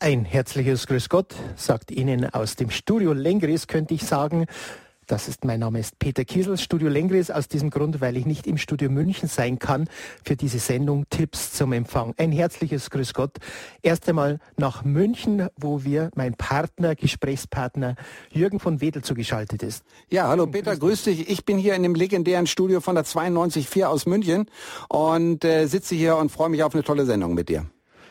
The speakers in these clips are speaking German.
Ein herzliches Grüß Gott sagt Ihnen aus dem Studio Lengries, könnte ich sagen. Mein Name ist Peter Kiesel, Studio Lengries, aus diesem Grund, weil ich nicht im Studio München sein kann für diese Sendung Tipps zum Empfang. Ein herzliches Grüß Gott. Erst einmal nach München, wo mein Gesprächspartner Jürgen von Wedel zugeschaltet ist. Ja, hallo Peter, grüß dich. Ich bin hier in dem legendären Studio von der 92.4 aus München und sitze hier und freue mich auf eine tolle Sendung mit dir.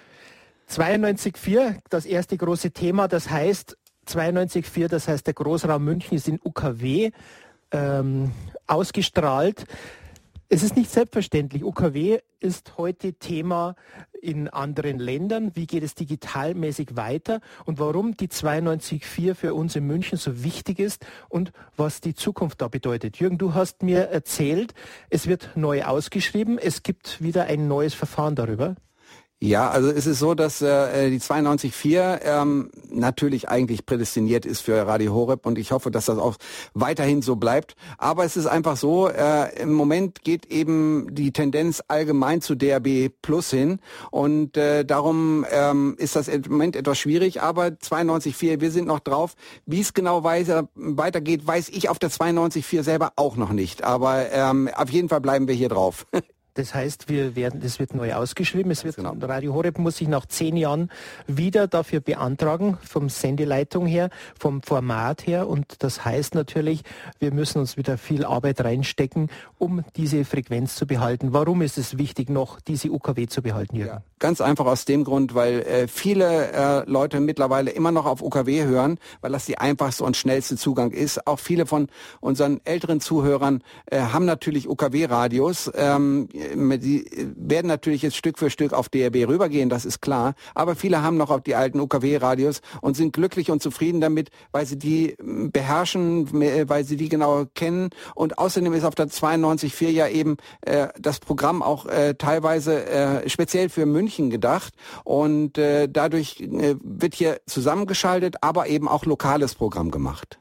92.4, das erste große Thema, das heißt 92.4, das heißt der Großraum München ist in UKW ausgestrahlt. Es ist nicht selbstverständlich. UKW ist heute Thema in anderen Ländern. Wie geht es digitalmäßig weiter und warum die 92.4 für uns in München so wichtig ist und was die Zukunft da bedeutet. Jürgen, du hast mir erzählt, es wird neu ausgeschrieben. Es gibt wieder ein neues Verfahren darüber. Ja, also es ist so, dass die 92.4 natürlich eigentlich prädestiniert ist für Radio Horeb und ich hoffe, dass das auch weiterhin so bleibt. Aber es ist einfach so, im Moment geht eben die Tendenz allgemein zu DAB Plus hin und darum ist das im Moment etwas schwierig. Aber 92.4, wir sind noch drauf. Wie es genau weitergeht, weiß ich auf der 92.4 selber auch noch nicht. Aber auf jeden Fall bleiben wir hier drauf. Das heißt, das wird neu ausgeschrieben. Genau. Radio Horeb muss sich nach 10 Jahren wieder dafür beantragen, vom Sendeleitung her, vom Format her. Und das heißt natürlich, wir müssen uns wieder viel Arbeit reinstecken, um diese Frequenz zu behalten. Warum ist es wichtig, noch diese UKW zu behalten, Jürgen? Ja, ganz einfach aus dem Grund, weil viele Leute mittlerweile immer noch auf UKW hören, weil das die einfachste und schnellste Zugang ist. Auch viele von unseren älteren Zuhörern haben natürlich UKW-Radios. Die werden natürlich jetzt Stück für Stück auf DAB rübergehen, das ist klar. Aber viele haben noch auf die alten UKW-Radios und sind glücklich und zufrieden damit, weil sie die beherrschen, weil sie die genau kennen. Und außerdem ist auf der 92.4 ja eben das Programm auch teilweise speziell für München gedacht. Und dadurch wird hier zusammengeschaltet, aber eben auch lokales Programm gemacht.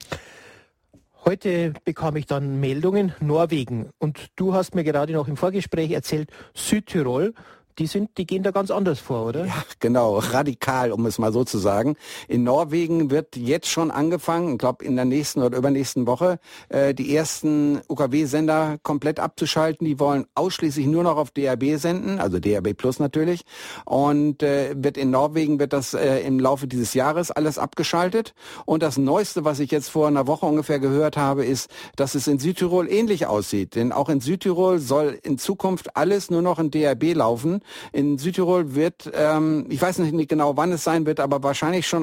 Heute bekam ich dann Meldungen, Norwegen. Und du hast mir gerade noch im Vorgespräch erzählt, Südtirol. Die gehen da ganz anders vor, oder? Ja, genau, radikal, um es mal so zu sagen. In Norwegen wird jetzt schon angefangen, ich glaube in der nächsten oder übernächsten Woche, die ersten UKW-Sender komplett abzuschalten. Die wollen ausschließlich nur noch auf DAB senden, also DAB Plus natürlich. Und in Norwegen wird das im Laufe dieses Jahres alles abgeschaltet. Und das Neueste, was ich jetzt vor einer Woche ungefähr gehört habe, ist, dass es in Südtirol ähnlich aussieht. Denn auch in Südtirol soll in Zukunft alles nur noch in DAB laufen. In Südtirol wird, ich weiß nicht genau, wann es sein wird, aber wahrscheinlich schon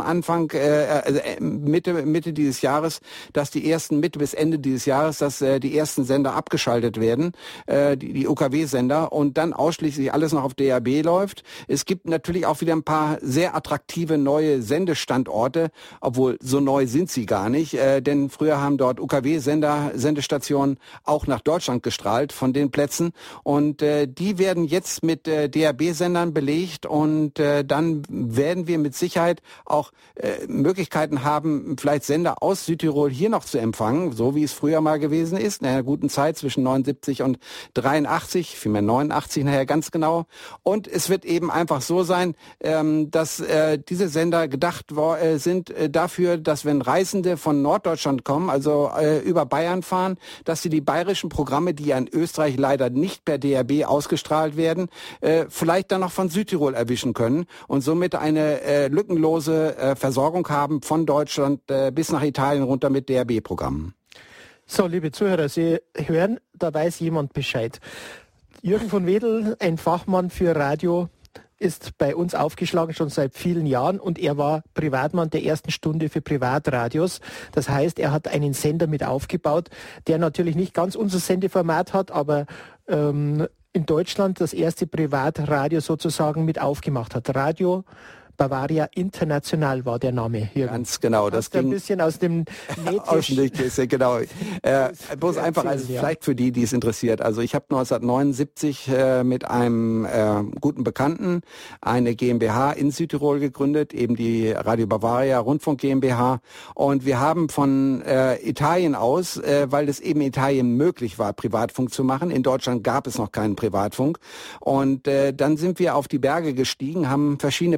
Mitte dieses Jahres, dass Mitte bis Ende dieses Jahres, dass die ersten Sender abgeschaltet werden, die UKW-Sender, und dann ausschließlich alles noch auf DAB läuft. Es gibt natürlich auch wieder ein paar sehr attraktive neue Sendestandorte, obwohl so neu sind sie gar nicht, denn früher haben dort Sendestationen auch nach Deutschland gestrahlt von den Plätzen, und die werden jetzt mit DAB-Sendern belegt, und dann werden wir mit Sicherheit auch Möglichkeiten haben, vielleicht Sender aus Südtirol hier noch zu empfangen, so wie es früher mal gewesen ist, in einer guten Zeit zwischen 79 und 83, vielmehr 89 nachher ganz genau. Und es wird eben einfach so sein, dass diese Sender gedacht sind dafür, dass wenn Reisende von Norddeutschland kommen, also über Bayern fahren, dass sie die bayerischen Programme, die ja in Österreich leider nicht per DAB ausgestrahlt werden, vielleicht dann noch von Südtirol erwischen können und somit eine lückenlose Versorgung haben von Deutschland bis nach Italien runter mit DAB-Programmen. So, liebe Zuhörer, Sie hören, da weiß jemand Bescheid. Jürgen von Wedel, ein Fachmann für Radio, ist bei uns aufgeschlagen schon seit vielen Jahren, und er war Privatmann der ersten Stunde für Privatradios. Das heißt, er hat einen Sender mit aufgebaut, der natürlich nicht ganz unser Sendeformat hat, aber in Deutschland das erste Privatradio sozusagen mit aufgemacht hat. Radio Bavaria International war der Name hier. Ganz genau. Das ging ein bisschen aus dem Nähtisch. Genau. Bloß einfach, also vielleicht für die es interessiert. Also ich habe 1979 mit einem guten Bekannten eine GmbH in Südtirol gegründet, eben die Radio Bavaria Rundfunk GmbH. Und wir haben von Italien aus, weil es eben in Italien möglich war, Privatfunk zu machen. In Deutschland gab es noch keinen Privatfunk. Und dann sind wir auf die Berge gestiegen, haben verschiedene Berge ausgesucht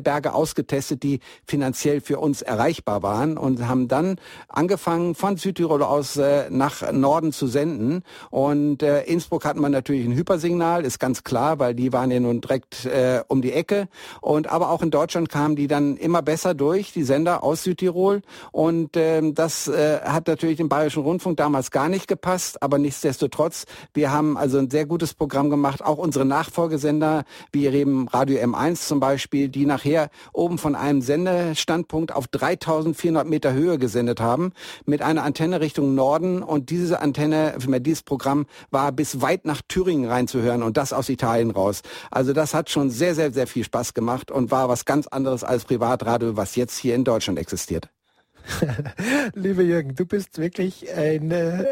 ausgetestet, die finanziell für uns erreichbar waren und haben dann angefangen, von Südtirol aus nach Norden zu senden. Und Innsbruck hatten wir natürlich ein Hypersignal, ist ganz klar, weil die waren ja nun direkt um die Ecke. Und aber auch in Deutschland kamen die dann immer besser durch, die Sender aus Südtirol. Und das hat natürlich dem Bayerischen Rundfunk damals gar nicht gepasst, aber nichtsdestotrotz, wir haben also ein sehr gutes Programm gemacht, auch unsere Nachfolgesender, wie eben Radio M1 zum Beispiel, die nachher oben von einem Sendestandpunkt auf 3400 Meter Höhe gesendet haben, mit einer Antenne Richtung Norden, und diese Antenne, dieses Programm war bis weit nach Thüringen reinzuhören und das aus Italien raus. Also das hat schon sehr, sehr, sehr viel Spaß gemacht und war was ganz anderes als Privatradio, was jetzt hier in Deutschland existiert. Lieber Jürgen, du bist wirklich ein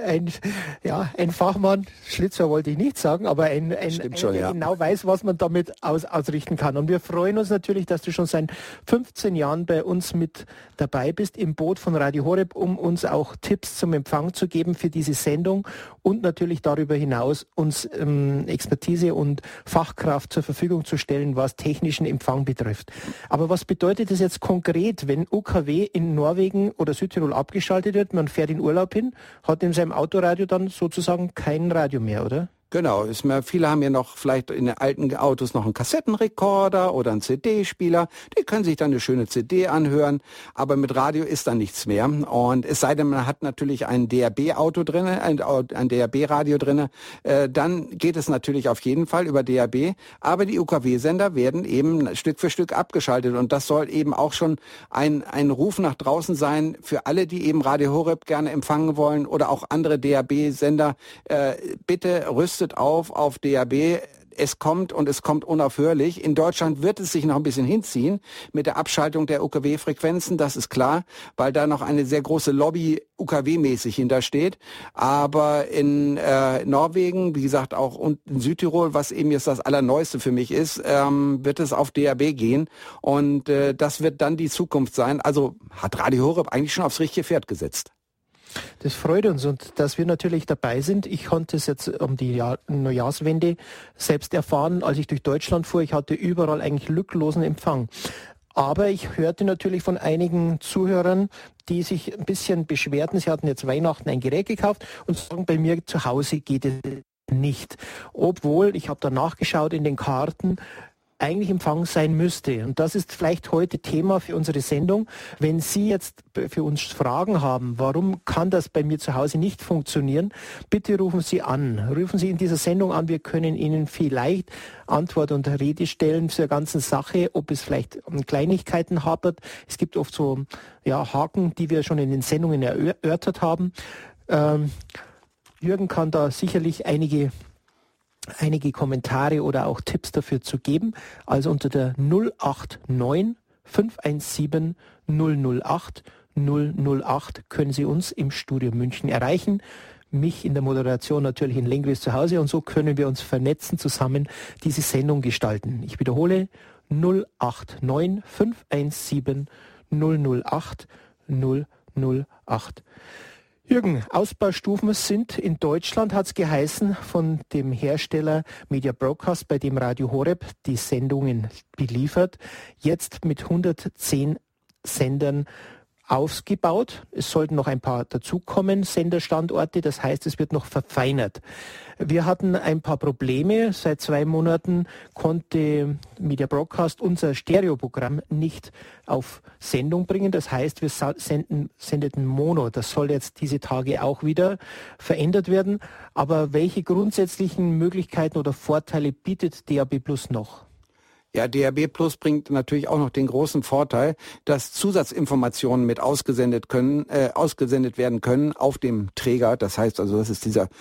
Fachmann. Schlitzer wollte ich nicht sagen, aber ein der genau weiß, was man damit ausrichten kann. Und wir freuen uns natürlich, dass du schon seit 15 Jahren bei uns mit dabei bist, im Boot von Radio Horeb, um uns auch Tipps zum Empfang zu geben für diese Sendung und natürlich darüber hinaus uns Expertise und Fachkraft zur Verfügung zu stellen, was technischen Empfang betrifft. Aber was bedeutet das jetzt konkret, wenn UKW in Norwegen oder Südtirol abgeschaltet wird, man fährt in Urlaub hin, hat in seinem Autoradio dann sozusagen kein Radio mehr, oder? Genau, viele haben ja noch vielleicht in den alten Autos noch einen Kassettenrekorder oder einen CD-Spieler. Die können sich dann eine schöne CD anhören, aber mit Radio ist dann nichts mehr. Und es sei denn, man hat natürlich ein DAB-Auto drin, ein DAB-Radio drin, dann geht es natürlich auf jeden Fall über DAB. Aber die UKW-Sender werden eben Stück für Stück abgeschaltet, und das soll eben auch schon ein Ruf nach draußen sein für alle, die eben Radio Horeb gerne empfangen wollen oder auch andere DAB-Sender. Bitte rüstet auf DAB. Es kommt, und es kommt unaufhörlich. In Deutschland wird es sich noch ein bisschen hinziehen mit der Abschaltung der UKW-Frequenzen, das ist klar, weil da noch eine sehr große Lobby UKW-mäßig hintersteht. Aber in Norwegen, wie gesagt, auch und in Südtirol, was eben jetzt das Allerneueste für mich ist, wird es auf DAB gehen. Und das wird dann die Zukunft sein. Also hat Radio Horeb eigentlich schon aufs richtige Pferd gesetzt. Das freut uns, und dass wir natürlich dabei sind. Ich konnte es jetzt um die Neujahrswende selbst erfahren, als ich durch Deutschland fuhr. Ich hatte überall eigentlich lücklosen Empfang. Aber ich hörte natürlich von einigen Zuhörern, die sich ein bisschen beschwerten, sie hatten jetzt Weihnachten ein Gerät gekauft und sagen, bei mir zu Hause geht es nicht. Obwohl, ich habe da nachgeschaut in den Karten, eigentlich Empfang sein müsste. Und das ist vielleicht heute Thema für unsere Sendung. Wenn Sie jetzt für uns Fragen haben, warum kann das bei mir zu Hause nicht funktionieren, bitte rufen Sie an. Rufen Sie in dieser Sendung an. Wir können Ihnen vielleicht Antwort und Rede stellen zur ganzen Sache, ob es vielleicht Kleinigkeiten hapert. Es gibt oft so Haken, die wir schon in den Sendungen erörtert haben. Jürgen kann da sicherlich einige Kommentare oder auch Tipps dafür zu geben. Also unter der 089 517 008 008 können Sie uns im Studio München erreichen. Mich in der Moderation natürlich in Lengries zu Hause, und so können wir uns vernetzen, zusammen diese Sendung gestalten. Ich wiederhole 089 517 008 008. Jürgen, Ausbaustufen sind in Deutschland, hat es geheißen, von dem Hersteller Media Broadcast, bei dem Radio Horeb die Sendungen beliefert, jetzt mit 110 Sendern ausgebaut. Es sollten noch ein paar dazukommen, Senderstandorte, das heißt, es wird noch verfeinert. Wir hatten ein paar Probleme. Seit 2 Monaten konnte Media Broadcast unser Stereoprogramm nicht auf Sendung bringen. Das heißt, wir sendeten Mono. Das soll jetzt diese Tage auch wieder verändert werden. Aber welche grundsätzlichen Möglichkeiten oder Vorteile bietet DAB Plus noch? Ja, DAB Plus bringt natürlich auch noch den großen Vorteil, dass Zusatzinformationen mit ausgesendet werden können auf dem Träger. Das heißt also, das ist dieser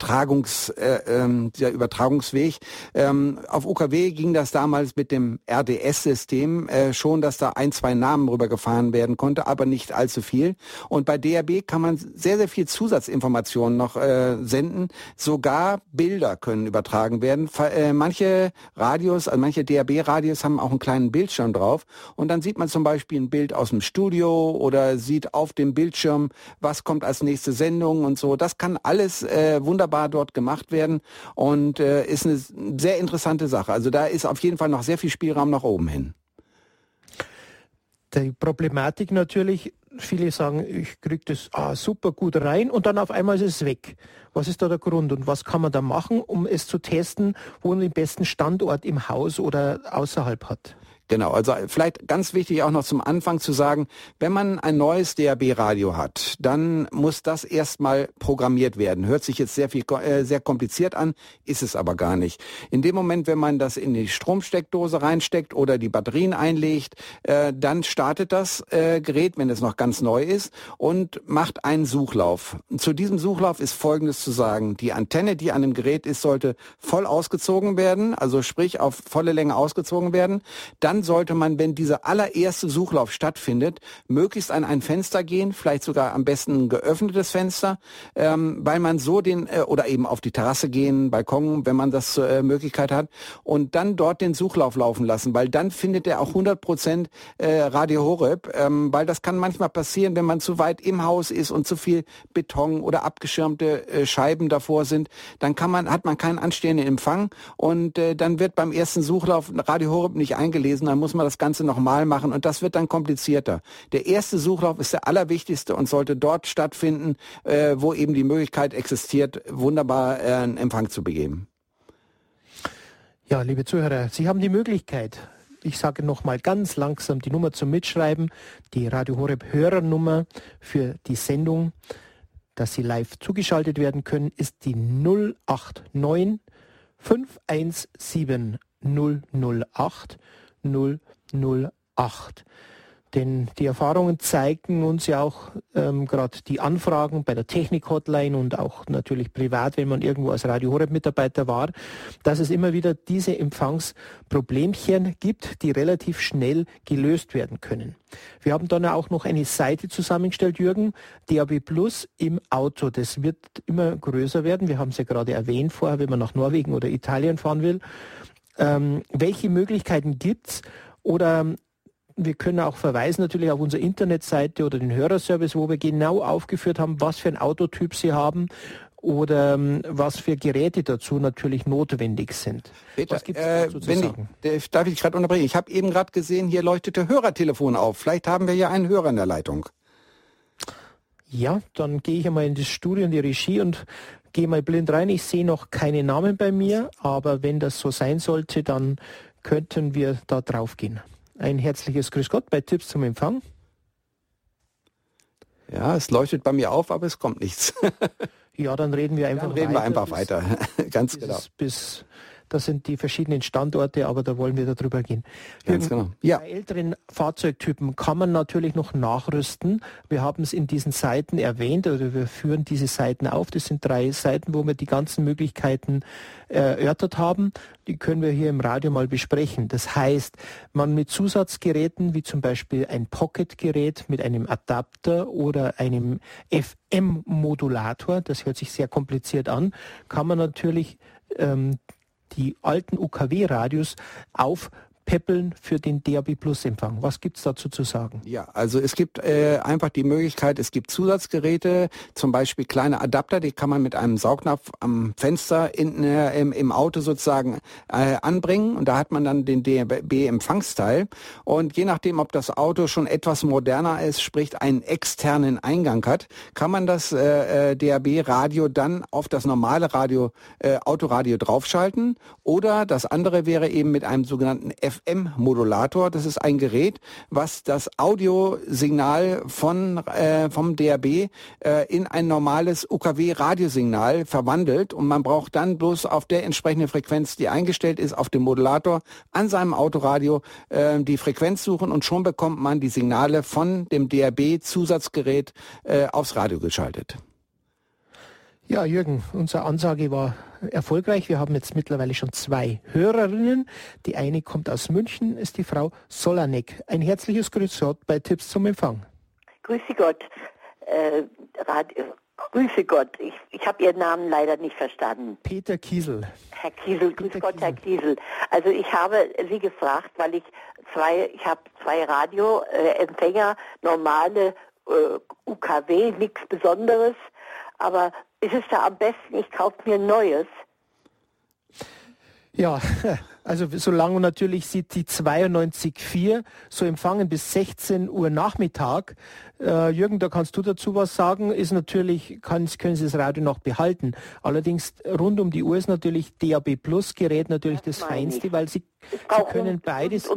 Übertragungsweg. Auf UKW ging das damals mit dem RDS-System schon, dass da 1-2 Namen rübergefahren werden konnte, aber nicht allzu viel. Und bei DAB kann man sehr, sehr viel Zusatzinformationen noch senden. Sogar Bilder können übertragen werden. Manche Radios, also manche DAB-Radios haben auch einen kleinen Bildschirm drauf, und dann sieht man zum Beispiel ein Bild aus dem Studio oder sieht auf dem Bildschirm, was kommt als nächste Sendung und so. Das kann alles wunderbar dort gemacht werden und ist eine sehr interessante Sache. Also da ist auf jeden Fall noch sehr viel Spielraum nach oben hin. Die Problematik natürlich, viele sagen, ich kriege das super gut rein und dann auf einmal ist es weg. Was ist da der Grund und was kann man da machen, um es zu testen, wo man den besten Standort im Haus oder außerhalb hat? Genau, also vielleicht ganz wichtig auch noch zum Anfang zu sagen, wenn man ein neues DAB-Radio hat, dann muss das erstmal programmiert werden. Hört sich jetzt sehr kompliziert an, ist es aber gar nicht. In dem Moment, wenn man das in die Stromsteckdose reinsteckt oder die Batterien einlegt, dann startet das Gerät, wenn es noch ganz neu ist, und macht einen Suchlauf. Zu diesem Suchlauf ist Folgendes zu sagen: Die Antenne, die an dem Gerät ist, sollte voll ausgezogen werden, also sprich auf volle Länge ausgezogen werden. Dann sollte man, wenn dieser allererste Suchlauf stattfindet, möglichst an ein Fenster gehen, vielleicht sogar am besten ein geöffnetes Fenster, weil man so oder eben auf die Terrasse gehen, Balkon, wenn man das Möglichkeit hat, und dann dort den Suchlauf laufen lassen, weil dann findet er auch 100% Radio Horeb, weil das kann manchmal passieren, wenn man zu weit im Haus ist und zu viel Beton oder abgeschirmte Scheiben davor sind, dann hat man keinen anstehenden Empfang und dann wird beim ersten Suchlauf Radio Horeb nicht eingelesen, dann muss man das Ganze nochmal machen und das wird dann komplizierter. Der erste Suchlauf ist der allerwichtigste und sollte dort stattfinden, wo eben die Möglichkeit existiert, wunderbar einen Empfang zu begeben. Ja, liebe Zuhörer, Sie haben die Möglichkeit, ich sage nochmal ganz langsam die Nummer zum Mitschreiben, die Radio Horeb Hörernummer für die Sendung, dass Sie live zugeschaltet werden können, ist die 089 517 008 008. Denn die Erfahrungen zeigen uns ja auch gerade die Anfragen bei der Technik-Hotline und auch natürlich privat, wenn man irgendwo als Radio Horeb-Mitarbeiter war, dass es immer wieder diese Empfangsproblemchen gibt, die relativ schnell gelöst werden können. Wir haben dann auch noch eine Seite zusammengestellt, Jürgen, DAB Plus im Auto. Das wird immer größer werden. Wir haben es ja gerade erwähnt vorher, wenn man nach Norwegen oder Italien fahren will. Welche Möglichkeiten gibt's? Oder wir können auch verweisen natürlich auf unsere Internetseite oder den Hörerservice, wo wir genau aufgeführt haben, was für ein Autotyp Sie haben oder was für Geräte dazu natürlich notwendig sind. Peter, was gibt's dazu zu sagen? Darf ich gerade unterbrechen? Ich habe eben gerade gesehen, hier leuchtete Hörertelefon auf. Vielleicht haben wir ja einen Hörer in der Leitung. Ja, dann gehe ich einmal in das Studio, in die Regie und gehe mal blind rein. Ich sehe noch keine Namen bei mir, aber wenn das so sein sollte, dann könnten wir da drauf gehen. Ein herzliches Grüß Gott bei Tipps zum Empfang. Ja, es leuchtet bei mir auf, aber es kommt nichts. Ja, dann reden wir einfach weiter. Ganz genau. Das sind die verschiedenen Standorte, aber da wollen wir darüber gehen. Ganz genau. Ja. Bei älteren Fahrzeugtypen kann man natürlich noch nachrüsten. Wir haben es in diesen Seiten erwähnt, oder wir führen diese Seiten auf. Das sind 3 Seiten, wo wir die ganzen Möglichkeiten erörtert haben. Die können wir hier im Radio mal besprechen. Das heißt, man mit Zusatzgeräten, wie zum Beispiel ein Pocket-Gerät mit einem Adapter oder einem FM-Modulator, das hört sich sehr kompliziert an, kann man natürlich die alten UKW-Radios aufpäppeln für den DAB-Plus-Empfang. Was gibt es dazu zu sagen? Ja, also es gibt einfach die Möglichkeit, es gibt Zusatzgeräte, zum Beispiel kleine Adapter, die kann man mit einem Saugnapf am Fenster im Auto sozusagen anbringen und da hat man dann den DAB-Empfangsteil und je nachdem, ob das Auto schon etwas moderner ist, sprich einen externen Eingang hat, kann man das DAB-Radio dann auf das normale Autoradio draufschalten oder das andere wäre eben mit einem sogenannten FM-Modulator. Das ist ein Gerät, was das Audiosignal vom DAB in ein normales UKW-Radiosignal verwandelt und man braucht dann bloß auf der entsprechenden Frequenz, die eingestellt ist, auf dem Modulator an seinem Autoradio die Frequenz suchen und schon bekommt man die Signale von dem DAB-Zusatzgerät aufs Radio geschaltet. Ja, Jürgen, unsere Ansage war erfolgreich. Wir haben jetzt mittlerweile schon 2 Hörerinnen. Die eine kommt aus München, ist die Frau Solanek. Ein herzliches Grüß Gott bei Tipps zum Empfang. Grüße Gott. Grüße Gott. Ich habe Ihren Namen leider nicht verstanden. Peter Kiesel. Herr Kiesel, grüß Gott, Herr Kiesel. Also ich habe Sie gefragt, weil ich habe 2 Radioempfänger, normale UKW, nichts Besonderes, aber ist es da am besten, ich kaufe mir ein neues? Ja, also solange natürlich Sie die 92,4 so empfangen bis 16 Uhr Nachmittag, Jürgen, da kannst du dazu was sagen, ist natürlich, können Sie das Radio noch behalten. Allerdings rund um die Uhr ist natürlich DAB Plus Gerät natürlich das Feinste, weil Sie können beides...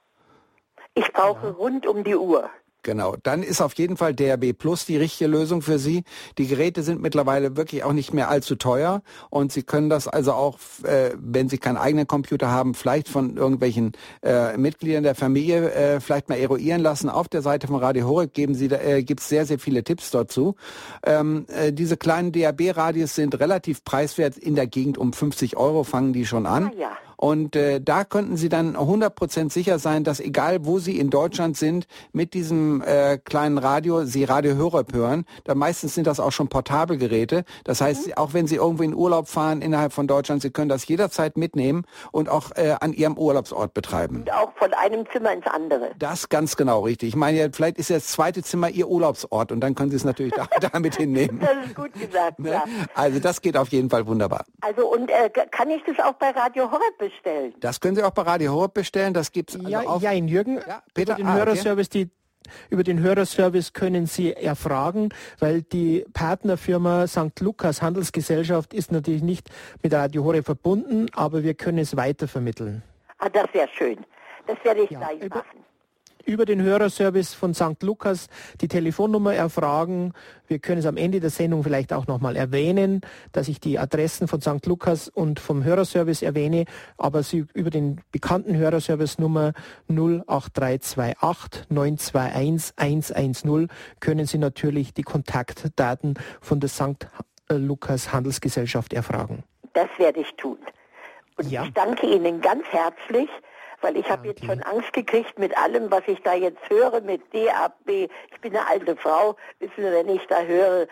Ich brauche rund um die Uhr. Genau, dann ist auf jeden Fall DAB Plus die richtige Lösung für Sie. Die Geräte sind mittlerweile wirklich auch nicht mehr allzu teuer und Sie können das also auch, wenn Sie keinen eigenen Computer haben, vielleicht von irgendwelchen Mitgliedern der Familie vielleicht mal eruieren lassen. Auf der Seite von Radio Horeb gibt es sehr, sehr viele Tipps dazu. Diese kleinen DAB-Radios sind relativ preiswert, in der Gegend um 50 € fangen die schon an. Ah, ja. Und da könnten Sie dann 100% sicher sein, dass egal wo Sie in Deutschland sind, mit diesem kleinen Radio Sie Radio Horeb hören. Da meistens sind das auch schon Portabelgeräte. Das heißt, auch wenn Sie irgendwo in Urlaub fahren innerhalb von Deutschland, Sie können das jederzeit mitnehmen und auch an Ihrem Urlaubsort betreiben. Und auch von einem Zimmer ins andere. Das ganz genau richtig. Ich meine, vielleicht ist ja das zweite Zimmer Ihr Urlaubsort und dann können Sie es natürlich da mit hinnehmen. Das ist gut gesagt, ne? ja. Also das geht auf jeden Fall wunderbar. Also und kann ich das auch bei Radio Horeb bestellen? Das können Sie auch bei Radio Horeb bestellen. Das gibt's also Jürgen, ja, Peter, über den Hörerservice, über den Hörerservice können Sie erfragen, weil die Partnerfirma St. Lukas Handelsgesellschaft ist natürlich nicht mit Radio Horeb verbunden, aber wir können es weitervermitteln. Ah, das wäre schön. Das werde ich gleich machen. Über den Hörerservice von St. Lukas die Telefonnummer erfragen. Wir können es am Ende der Sendung vielleicht auch nochmal erwähnen, dass ich die Adressen von St. Lukas und vom Hörerservice erwähne, aber Sie über den bekannten Hörerservice Nummer 08328 921 110 können Sie natürlich die Kontaktdaten von der St. Lukas Handelsgesellschaft erfragen. Das werde ich tun. Und ich danke Ihnen ganz herzlich, weil ich habe jetzt schon Angst gekriegt mit allem, was ich da jetzt höre, mit DAB. Ich bin eine alte Frau, wissen Sie, wenn ich da höre,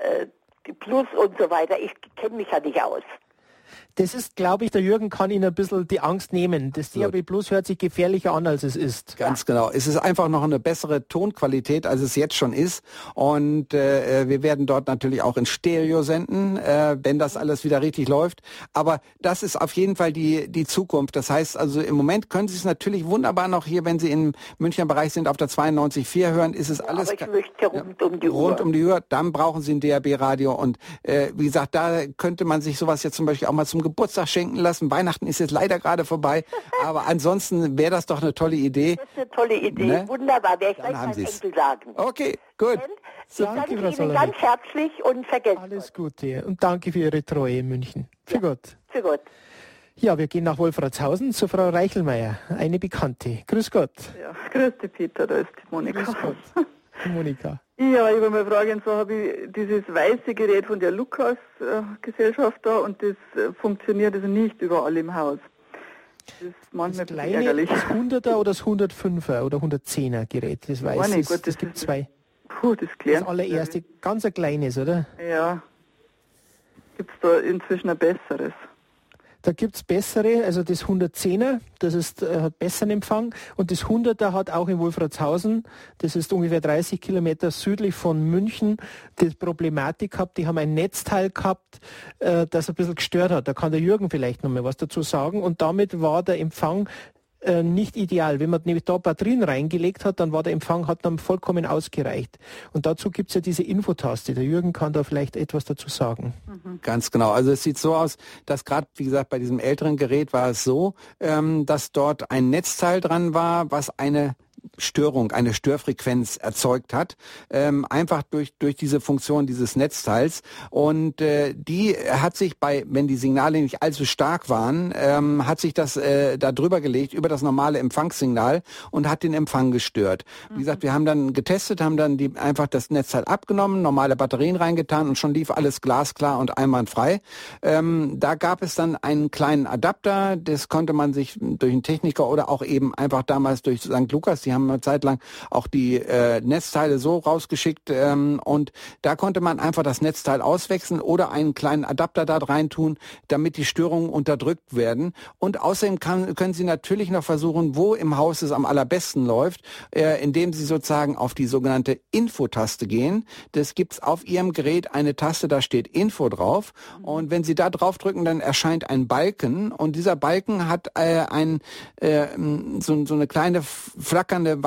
Plus und so weiter, ich kenne mich ja nicht aus. Das ist, glaube ich, der Jürgen kann Ihnen ein bisschen die Angst nehmen. Das DAB Plus hört sich gefährlicher an, als es ist. Ganz genau. Es ist einfach noch eine bessere Tonqualität, als es jetzt schon ist. Und wir werden dort natürlich auch in Stereo senden, wenn das alles wieder richtig läuft. Aber das ist auf jeden Fall die Zukunft. Das heißt also, im Moment können Sie es natürlich wunderbar noch hier, wenn Sie im Münchner Bereich sind, auf der 92,4 hören, ist es alles... Aber ich möchte rund um die Uhr. Rund um die Uhr, dann brauchen Sie ein DAB-Radio. Und wie gesagt, da könnte man sich sowas jetzt zum Beispiel auch mal zum Geburtstag schenken lassen. Weihnachten ist jetzt leider gerade vorbei, aber ansonsten wäre das doch eine tolle Idee. Das ist eine tolle Idee, ne? Wunderbar, werde ich gleich meinem Enkel sagen. Okay, gut. Ich danke Ihnen ganz herzlich und vergessen. Alles Gute und danke für Ihre Treue in München. Für Gott. Für Gott. Ja, wir gehen nach Wolfratshausen zu Frau Reichelmeier, eine Bekannte. Grüß Gott. Ja, grüß dich Peter, da ist die Monika. Grüß Gott. Monika. Ja, ich habe mal eine Frage, und zwar habe ich dieses weiße Gerät von der Lukas-Gesellschaft da und das funktioniert also nicht überall im Haus. Das ist manchmal das kleine, ärgerlich. Das 100er oder das 105er oder 110er Gerät, das weiße, das gibt zwei. Das klärt. Das allererste, ganz ein kleines, oder? Ja. Gibt es da inzwischen ein besseres? Da gibt es bessere, also das 110er, das hat besseren Empfang und das 100er hat auch in Wolfratshausen, das ist ungefähr 30 Kilometer südlich von München, die Problematik gehabt, die haben ein Netzteil gehabt, das ein bisschen gestört hat. Da kann der Jürgen vielleicht noch mal was dazu sagen und damit war der Empfang nicht ideal. Wenn man nämlich da Batterien reingelegt hat, dann war der Empfang, hat dann vollkommen ausgereicht. Und dazu gibt es ja diese Infotaste. Der Jürgen kann da vielleicht etwas dazu sagen. Ganz genau. Also es sieht so aus, dass gerade, wie gesagt, bei diesem älteren Gerät war es so, dass dort ein Netzteil dran war, was eine Störung, eine Störfrequenz erzeugt hat, einfach durch diese Funktion dieses Netzteils. Und die hat sich wenn die Signale nicht allzu stark waren, hat sich das da drüber gelegt, über das normale Empfangssignal und hat den Empfang gestört. Wie gesagt, wir haben dann getestet, haben dann einfach das Netzteil abgenommen, normale Batterien reingetan und schon lief alles glasklar und einwandfrei. Da gab es dann einen kleinen Adapter, das konnte man sich durch einen Techniker oder auch eben einfach damals durch St. Lukas, die haben eine Zeit lang auch die Netzteile so rausgeschickt und da konnte man einfach das Netzteil auswechseln oder einen kleinen Adapter da rein tun, damit die Störungen unterdrückt werden. Und außerdem können Sie natürlich noch versuchen, wo im Haus es am allerbesten läuft, indem Sie sozusagen auf die sogenannte Info-Taste gehen. Das gibt's auf Ihrem Gerät eine Taste, da steht Info drauf. Und wenn Sie da drauf drücken, dann erscheint ein Balken. Und dieser Balken hat so eine kleine flackernde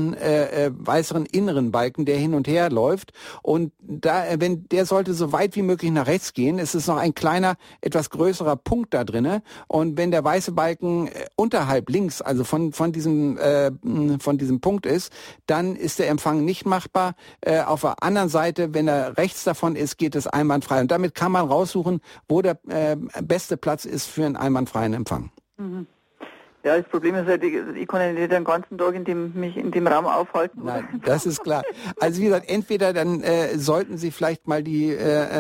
weißeren inneren Balken, der hin und her läuft. Und der sollte so weit wie möglich nach rechts gehen. Es ist noch ein kleiner, etwas größerer Punkt da drinne. Und wenn der weiße Balken unterhalb links, also von diesem Punkt ist, dann ist der Empfang nicht machbar. Auf der anderen Seite, wenn er rechts davon ist, geht es einwandfrei. Und damit kann man raussuchen, wo der beste Platz ist für einen einwandfreien Empfang. Mhm. Ja, das Problem ist halt, ich kann ja nicht den ganzen Tag mich in dem Raum aufhalten. Nein, das ist klar. Also wie gesagt, entweder dann sollten Sie vielleicht mal die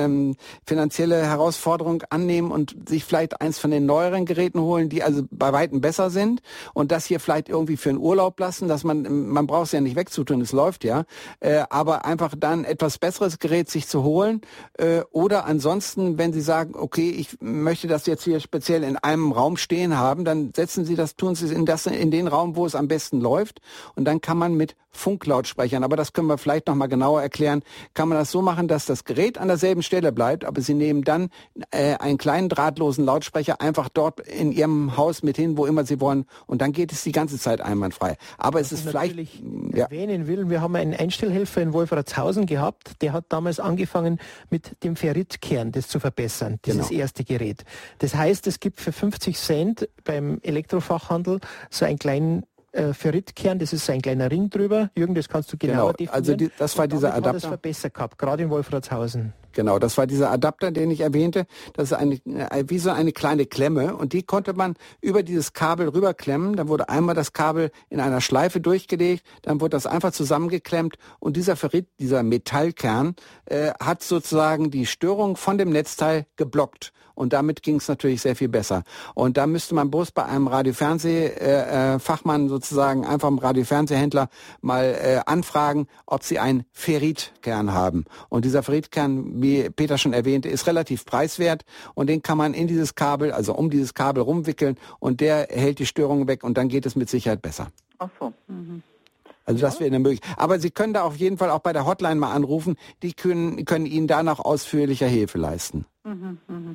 finanzielle Herausforderung annehmen und sich vielleicht eins von den neueren Geräten holen, die also bei Weitem besser sind und das hier vielleicht irgendwie für einen Urlaub lassen, dass man braucht es ja nicht wegzutun, es läuft ja, aber einfach dann etwas besseres Gerät sich zu holen oder ansonsten, wenn Sie sagen, okay, ich möchte das jetzt hier speziell in einem Raum stehen haben, dann setzen Sie das tun Sie es in den Raum, wo es am besten läuft. Und dann kann man mit Funklautsprechern, aber das können wir vielleicht noch mal genauer erklären, kann man das so machen, dass das Gerät an derselben Stelle bleibt, aber Sie nehmen dann einen kleinen drahtlosen Lautsprecher einfach dort in Ihrem Haus mit hin, wo immer Sie wollen. Und dann geht es die ganze Zeit einwandfrei. Aber es ist vielleicht... erwähnen will, wir haben einen Einstellhelfer in Wolfratshausen gehabt, der hat damals angefangen mit dem Ferritkern, das zu verbessern, dieses erste Gerät. Das heißt, es gibt für 50 Cent beim Elektrofachhandel so einen kleinen Ferritkern, das ist so ein kleiner Ring drüber. Jürgen, das kannst du genauer definieren. Also das war dieser Adapter. Das verbessert gehabt, gerade in Wolfratshausen. Genau, das war dieser Adapter, den ich erwähnte. Das ist wie so eine kleine Klemme und die konnte man über dieses Kabel rüberklemmen. Dann wurde einmal das Kabel in einer Schleife durchgelegt, dann wurde das einfach zusammengeklemmt und dieser Metallkern hat sozusagen die Störung von dem Netzteil geblockt. Und damit ging es natürlich sehr viel besser. Und da müsste man bloß bei einem Radiofernsehfachmann sozusagen einfach im Radiofernsehhändler mal anfragen, ob sie einen Ferritkern haben. Und dieser Ferritkern, wie Peter schon erwähnte, ist relativ preiswert. Und den kann man in dieses Kabel, also um dieses Kabel rumwickeln. Und der hält die Störungen weg. Und dann geht es mit Sicherheit besser. Ach so. Mhm. Also das wäre eine Möglichkeit. Aber Sie können da auf jeden Fall auch bei der Hotline mal anrufen. Die können Ihnen da noch ausführlicher Hilfe leisten. Mhm, mhm.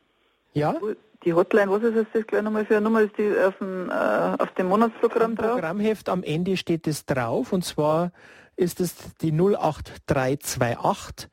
Ja? Die Hotline, was ist das gleich nochmal für eine Nummer? Ist die auf dem Monatsprogramm drauf? Im Programmheft am Ende steht es drauf und zwar ist es die 08328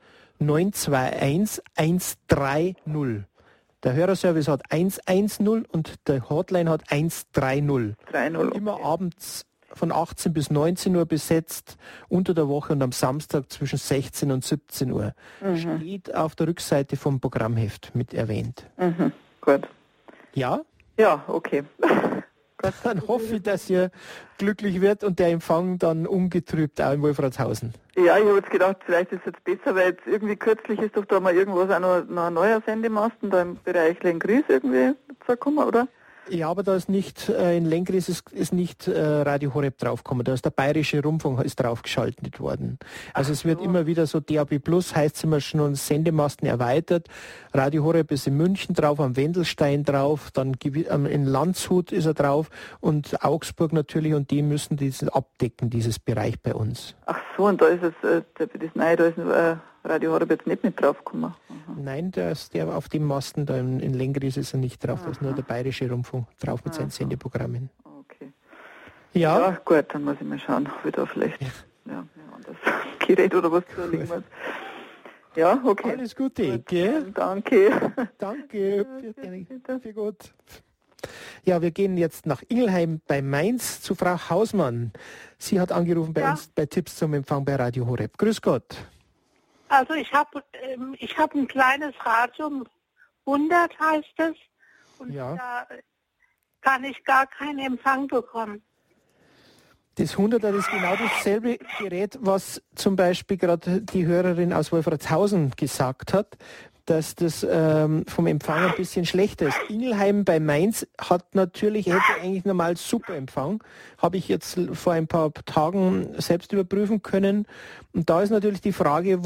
921 130. Der Hörerservice hat 110 und der Hotline hat 130. 30. Immer abends von 18 bis 19 Uhr besetzt, unter der Woche und am Samstag zwischen 16 und 17 Uhr. Steht auf der Rückseite vom Programmheft mit erwähnt. Mhm. Gut. Ja? Ja, okay. Dann hoffe ich, dass ihr glücklich wird und der Empfang dann ungetrübt auch in Wolfratshausen. Ja, ich habe jetzt gedacht, vielleicht ist es jetzt besser, weil jetzt irgendwie kürzlich ist doch da mal irgendwas auch noch ein neuer Sendemasten da im Bereich Lenggries irgendwie gekommen, oder? Ja, aber da ist nicht, in Lenggries ist nicht Radio Horeb draufgekommen, da ist der Bayerische Rundfunk ist draufgeschaltet worden. Also es wird immer wieder so, DAB Plus heißt es immer schon, Sendemasten erweitert. Radio Horeb ist in München drauf, am Wendelstein drauf, dann in Landshut ist er drauf und Augsburg natürlich und die müssen diesen abdecken, dieses Bereich bei uns. Ach so, und da ist es, das Neue, da ist Radio Horeb jetzt nicht mit draufgekommen. Nein, der auf dem Masten da in Lenggries ist er nicht drauf, da ist nur der Bayerische Rundfunk drauf mit seinen Sendeprogrammen. Okay. Ja. Ja, gut, dann muss ich mal schauen, ob ich da vielleicht anders Gerät oder was zu erlegen muss. Ja, okay. Alles Gute, gut, gell? Danke. Danke, für gut. Ja, wir gehen jetzt nach Ingelheim bei Mainz zu Frau Hausmann. Sie hat angerufen bei uns bei Tipps zum Empfang bei Radio Horeb. Grüß Gott. Also ich habe ein kleines Radio, 100 heißt es, und da kann ich gar keinen Empfang bekommen. Das 100er ist genau dasselbe Gerät, was zum Beispiel gerade die Hörerin aus Wolfratshausen gesagt hat, dass das vom Empfang ein bisschen schlechter ist. Ingelheim bei Mainz hätte eigentlich normal super Empfang. Habe ich jetzt vor ein paar Tagen selbst überprüfen können. Und da ist natürlich die Frage,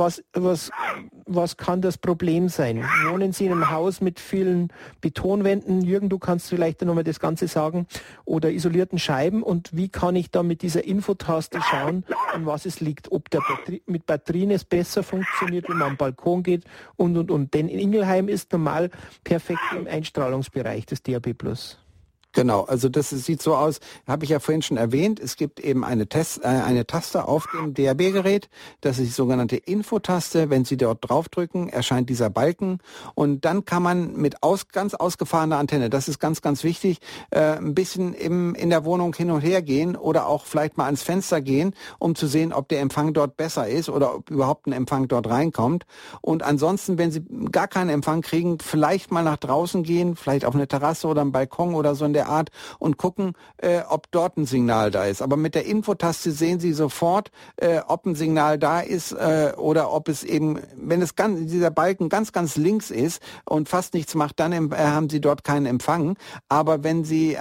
was kann das Problem sein? Wohnen Sie in einem Haus mit vielen Betonwänden? Jürgen, du kannst vielleicht nochmal das Ganze sagen. Oder isolierten Scheiben. Und wie kann ich da mit dieser Infotaste schauen, an was es liegt? Ob mit Batterien es besser funktioniert, wenn man am Balkon geht und. Denn in Ingelheim ist normal perfekt im Einstrahlungsbereich des DAB+. Genau, also das sieht so aus, habe ich ja vorhin schon erwähnt, es gibt eben eine Taste auf dem DAB-Gerät, das ist die sogenannte Infotaste. Wenn Sie dort draufdrücken, erscheint dieser Balken und dann kann man mit ganz ausgefahrener Antenne, das ist ganz, ganz wichtig, ein bisschen in der Wohnung hin und her gehen oder auch vielleicht mal ans Fenster gehen, um zu sehen, ob der Empfang dort besser ist oder ob überhaupt ein Empfang dort reinkommt. Und ansonsten, wenn Sie gar keinen Empfang kriegen, vielleicht mal nach draußen gehen, vielleicht auf eine Terrasse oder einen Balkon oder so in der Art und gucken, ob dort ein Signal da ist. Aber mit der Infotaste sehen Sie sofort, ob ein Signal da ist oder ob es eben, wenn dieser Balken ganz, ganz links ist und fast nichts macht, dann haben Sie dort keinen Empfang. Aber wenn Sie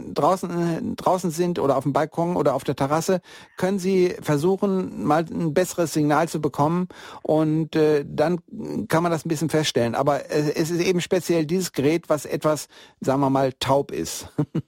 draußen sind oder auf dem Balkon oder auf der Terrasse, können Sie versuchen, mal ein besseres Signal zu bekommen und dann kann man das ein bisschen feststellen. Aber es ist eben speziell dieses Gerät, was etwas, sagen wir mal, taub ist.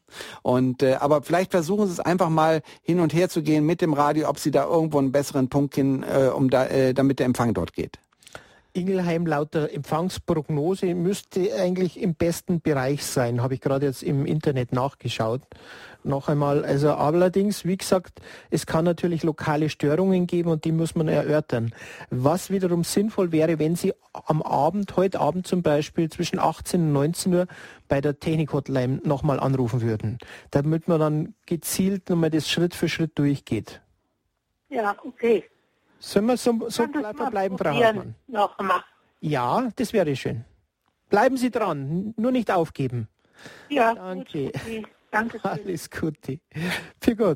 Und aber vielleicht versuchen Sie es einfach mal hin und her zu gehen mit dem Radio, ob Sie da irgendwo einen besseren Punkt hin, damit der Empfang dort geht. Ingelheim laut der Empfangsprognose müsste eigentlich im besten Bereich sein, habe ich gerade jetzt im Internet nachgeschaut. Noch einmal, also allerdings, wie gesagt, es kann natürlich lokale Störungen geben und die muss man erörtern. Was wiederum sinnvoll wäre, wenn Sie heute Abend zum Beispiel zwischen 18 und 19 Uhr bei der Technik-Hotline nochmal anrufen würden, damit man dann gezielt nochmal das Schritt für Schritt durchgeht. Ja, okay. Sollen wir so bleiben, Frau Hartmann? Nochmal. Ja, das wäre schön. Bleiben Sie dran, nur nicht aufgeben. Ja, danke. Gut, okay. Danke. Alles Gute. Für Gott.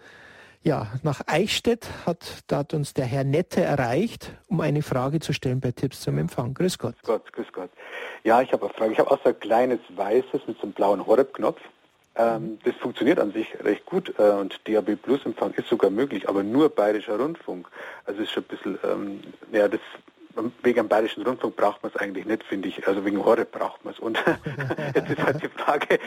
Ja, nach Eichstätt hat uns der Herr Nette erreicht, um eine Frage zu stellen bei Tipps zum Empfang. Grüß Gott. Grüß Gott. Ja, ich habe eine Frage. Ich habe auch so ein kleines weißes mit so einem blauen Horeb-Knopf. Das funktioniert an sich recht gut und DAB Plus Empfang ist sogar möglich, aber nur Bayerischer Rundfunk. Also ist schon ein bisschen, wegen dem Bayerischen Rundfunk braucht man es eigentlich nicht, finde ich. Also wegen Horeb braucht man es. Und jetzt ist halt die Frage,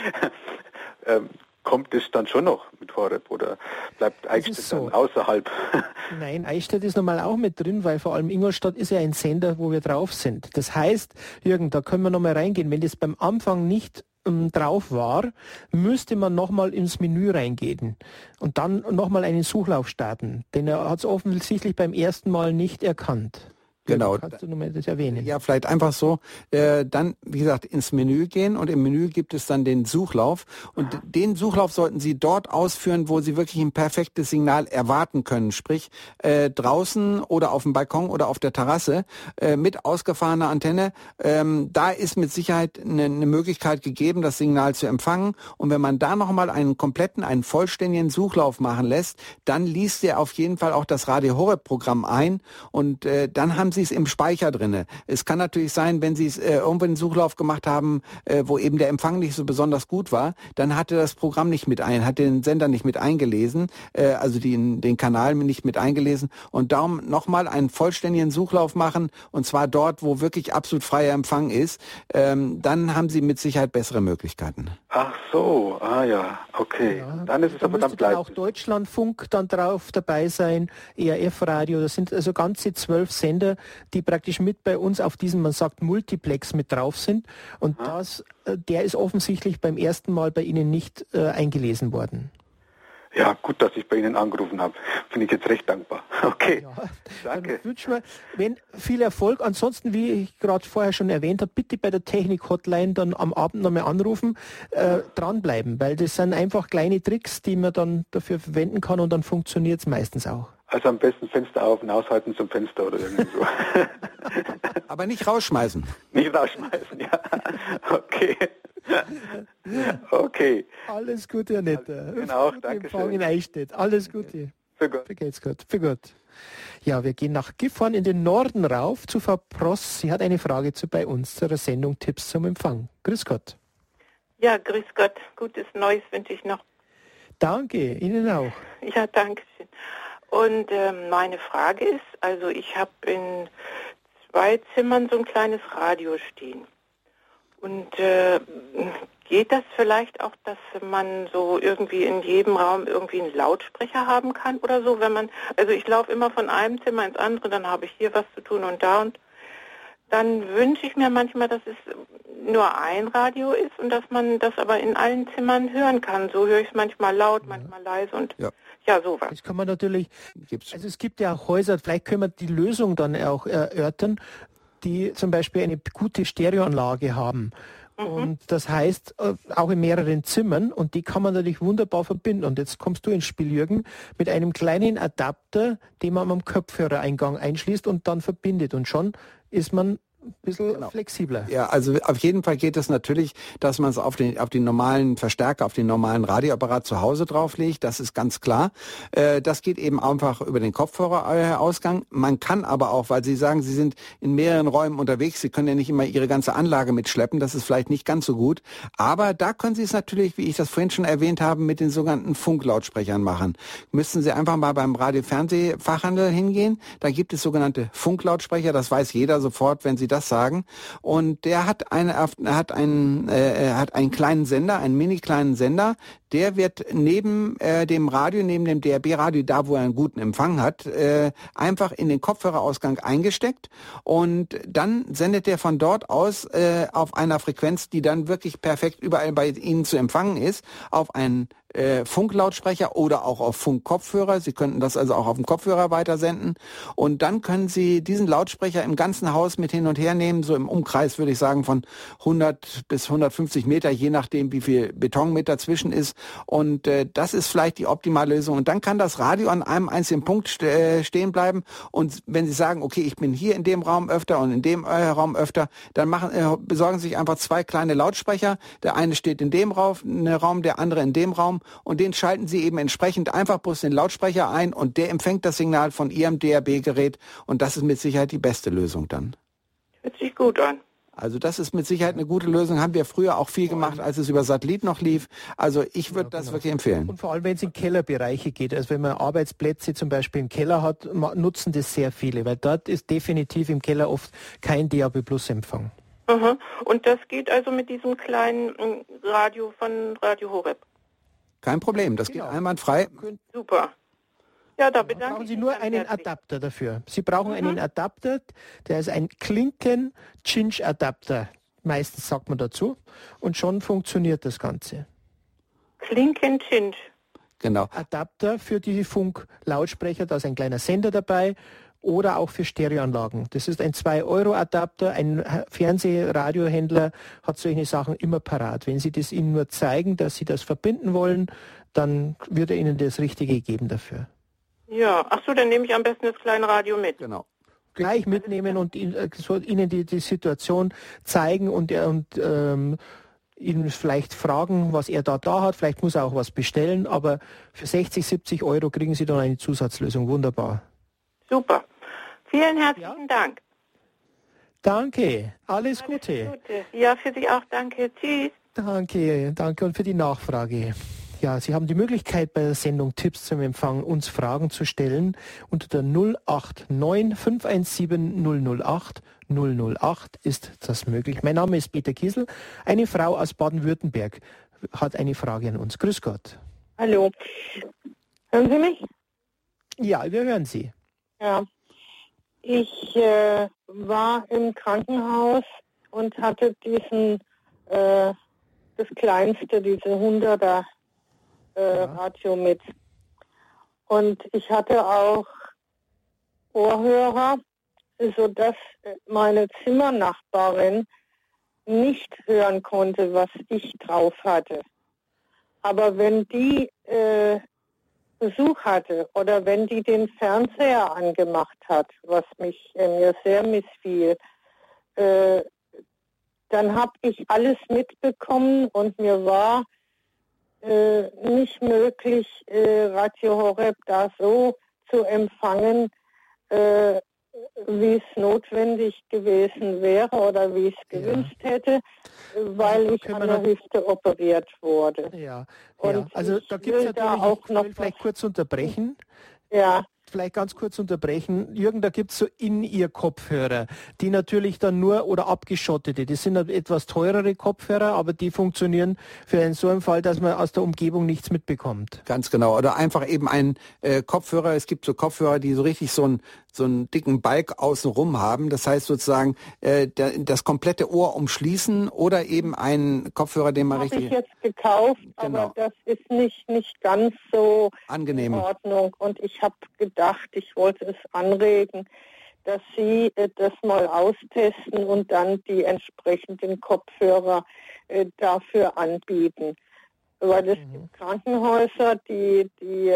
kommt es dann schon noch mit Horeb oder bleibt Eichstätt dann außerhalb? Nein, Eichstätt ist normal auch mit drin, weil vor allem Ingolstadt ist ja ein Sender, wo wir drauf sind. Das heißt, Jürgen, da können wir nochmal reingehen. Wenn das beim Anfang nicht drauf war, müsste man nochmal ins Menü reingehen und dann nochmal einen Suchlauf starten. Denn er hat es offensichtlich beim ersten Mal nicht erkannt. Genau. Kannst du nochmal das erwähnen? Ja, vielleicht einfach so, dann, wie gesagt, ins Menü gehen und im Menü gibt es dann den Suchlauf und den Suchlauf sollten Sie dort ausführen, wo Sie wirklich ein perfektes Signal erwarten können, sprich draußen oder auf dem Balkon oder auf der Terrasse mit ausgefahrener Antenne. Da ist mit Sicherheit eine Möglichkeit gegeben, das Signal zu empfangen und wenn man da nochmal einen vollständigen Suchlauf machen lässt, dann liest er auf jeden Fall auch das Radio Horeb Programm ein und dann haben Sie es im Speicher drinne. Es kann natürlich sein, wenn Sie es irgendwo einen Suchlauf gemacht haben, wo eben der Empfang nicht so besonders gut war, dann hatte das Programm hat den Sender nicht mit eingelesen, also den Kanal nicht mit eingelesen und darum nochmal einen vollständigen Suchlauf machen und zwar dort, wo wirklich absolut freier Empfang ist, dann haben Sie mit Sicherheit bessere Möglichkeiten. Ach so, ja, okay. Ja, dann ist es aber dann bleibt auch Deutschlandfunk dann drauf dabei sein, ERF-Radio, das sind also ganze 12 Sender, die praktisch mit bei uns auf diesem, man sagt Multiplex mit drauf sind und der ist offensichtlich beim ersten Mal bei Ihnen nicht eingelesen worden. Ja, gut, dass ich bei Ihnen angerufen habe. Bin ich jetzt recht dankbar. Okay, ja, danke. Dann wünschen wir viel Erfolg. Ansonsten, wie ich gerade vorher schon erwähnt habe, bitte bei der Technik-Hotline dann am Abend nochmal anrufen, dranbleiben, weil das sind einfach kleine Tricks, die man dann dafür verwenden kann und dann funktioniert es meistens auch. Also am besten Fenster auf und aushalten zum Fenster oder irgendwie so. Aber nicht rausschmeißen. Nicht rausschmeißen, ja. Okay. Okay. Alles Gute, Herr Netter. Genau, danke schön. in Eichstätt. Alles Gute. Für Gott. Für geht's gut. Für gut. Ja, wir gehen nach Gifhorn in den Norden rauf zu Frau Pross. Sie hat eine Frage bei uns zur Sendung Tipps zum Empfang. Grüß Gott. Ja, grüß Gott. Gutes Neues wünsche ich noch. Danke, Ihnen auch. Ja, danke schön. Und meine Frage ist, also ich habe in 2 Zimmern so ein kleines Radio stehen. Und geht das vielleicht auch, dass man so irgendwie in jedem Raum irgendwie einen Lautsprecher haben kann oder so, wenn man, also ich laufe immer von einem Zimmer ins andere, dann habe ich hier was zu tun und da, und dann wünsche ich mir manchmal, dass es nur ein Radio ist und dass man das aber in allen Zimmern hören kann. So höre ich es manchmal laut, manchmal leise und ja, sowas. Das kann man natürlich, also es gibt ja auch Häuser, vielleicht können wir die Lösung dann auch erörtern, die zum Beispiel eine gute Stereoanlage haben. Und das heißt, auch in mehreren Zimmern, und die kann man natürlich wunderbar verbinden. Und jetzt kommst du ins Spiel, Jürgen, mit einem kleinen Adapter, den man am Kopfhörereingang einschließt und dann verbindet. Und schon ist man ein bisschen flexibler. Ja, also auf jeden Fall geht es natürlich, dass man es auf den normalen Verstärker, auf den normalen Radioapparat zu Hause drauflegt. Das ist ganz klar. Das geht eben einfach über den Kopfhörerausgang. Man kann aber auch, weil Sie sagen, Sie sind in mehreren Räumen unterwegs, Sie können ja nicht immer Ihre ganze Anlage mitschleppen. Das ist vielleicht nicht ganz so gut. Aber da können Sie es natürlich, wie ich das vorhin schon erwähnt habe, mit den sogenannten Funklautsprechern machen. Müssten Sie einfach mal beim Radio-Fernseh-Fachhandel hingehen. Da gibt es sogenannte Funklautsprecher. Das weiß jeder sofort, wenn Sie das sagen. Und der hat einen kleinen Sender, einen mini kleinen Sender. Der wird neben dem Radio, neben dem DAB-Radio, da wo er einen guten Empfang hat, einfach in den Kopfhörerausgang eingesteckt. Und dann sendet der von dort aus auf einer Frequenz, die dann wirklich perfekt überall bei Ihnen zu empfangen ist, auf einen Funklautsprecher oder auch auf Funkkopfhörer. Sie könnten das also auch auf dem Kopfhörer weitersenden. Und dann können Sie diesen Lautsprecher im ganzen Haus mit hin und her nehmen, so im Umkreis würde ich sagen von 100 bis 150 Meter, je nachdem wie viel Beton mit dazwischen ist. Und das ist vielleicht die optimale Lösung. Und dann kann das Radio an einem einzigen Punkt stehen bleiben. Und wenn Sie sagen, okay, ich bin hier in dem Raum öfter und in dem Raum öfter, dann besorgen Sie sich einfach 2 kleine Lautsprecher. Der eine steht in dem Raum, der andere in dem Raum. Und den schalten Sie eben entsprechend einfach bloß den Lautsprecher ein und der empfängt das Signal von Ihrem DAB-Gerät und das ist mit Sicherheit die beste Lösung dann. Hört sich gut an. Also das ist mit Sicherheit eine gute Lösung. Haben wir früher auch viel gemacht, als es über Satellit noch lief. Also ich würde das wirklich empfehlen. Und vor allem, wenn es in Kellerbereiche geht, also wenn man Arbeitsplätze zum Beispiel im Keller hat, nutzen das sehr viele, weil dort ist definitiv im Keller oft kein DAB-Plus-Empfang. Und das geht also mit diesem kleinen Radio von Radio Horeb? Kein Problem, das geht einwandfrei. Super. Ja, da bedanke brauchen ich Sie mich nur ganz einen herzlich. Adapter dafür. Sie brauchen einen Adapter, der ist ein Klinken-Cinch-Adapter. Meistens sagt man dazu. Und schon funktioniert das Ganze. Klinken-Cinch. Genau. Adapter für die Funklautsprecher, da ist ein kleiner Sender dabei. Oder auch für Stereoanlagen. Das ist ein 2-Euro-Adapter. Ein Fernsehradiohändler hat solche Sachen immer parat. Wenn Sie das Ihnen nur zeigen, dass Sie das verbinden wollen, dann wird er Ihnen das Richtige geben dafür. Ja, ach so, dann nehme ich am besten das kleine Radio mit. Genau. Gleich mitnehmen und Ihnen die Situation zeigen und Ihnen vielleicht fragen, was er da hat. Vielleicht muss er auch was bestellen, aber für 60, 70 Euro kriegen Sie dann eine Zusatzlösung. Wunderbar. Super. Vielen herzlichen Dank. Danke. Alles Gute. Ja, für Sie auch. Danke. Tschüss. Danke und für die Nachfrage. Ja, Sie haben die Möglichkeit bei der Sendung Tipps zum Empfang uns Fragen zu stellen unter der 089 517 008 008 ist das möglich. Mein Name ist Peter Kiesel. Eine Frau aus Baden-Württemberg hat eine Frage an uns. Grüß Gott. Hallo. Hören Sie mich? Ja, wir hören Sie. Ja. Ich war im Krankenhaus und hatte das kleinste, diese 100er Radio mit. Und ich hatte auch Ohrhörer, sodass meine Zimmernachbarin nicht hören konnte, was ich drauf hatte. Aber wenn die Besuch hatte oder wenn die den Fernseher angemacht hat, was mir sehr missfiel, dann habe ich alles mitbekommen und mir war nicht möglich, Radio Horeb da so zu empfangen, wie es notwendig gewesen wäre oder wie ich es gewünscht hätte, weil ich an der Hüfte operiert wurde. Ja, und also da gibt es natürlich, auch noch vielleicht kurz unterbrechen. Ja. Vielleicht ganz kurz unterbrechen. Jürgen, da gibt es so In-Ear-Kopfhörer, die natürlich dann nur, oder abgeschottete, das sind etwas teurere Kopfhörer, aber die funktionieren für einen so einen Fall, dass man aus der Umgebung nichts mitbekommt. Ganz genau. Oder einfach eben ein Kopfhörer. Es gibt so Kopfhörer, die so richtig so einen dicken Balk außenrum haben. Das heißt sozusagen das komplette Ohr umschließen oder eben einen Kopfhörer, den man richtig... Habe ich jetzt gekauft, genau. Aber das ist nicht ganz so angenehm in Ordnung. Und ich habe gedacht, ich wollte es anregen, dass Sie das mal austesten und dann die entsprechenden Kopfhörer dafür anbieten. Weil es gibt Krankenhäuser, die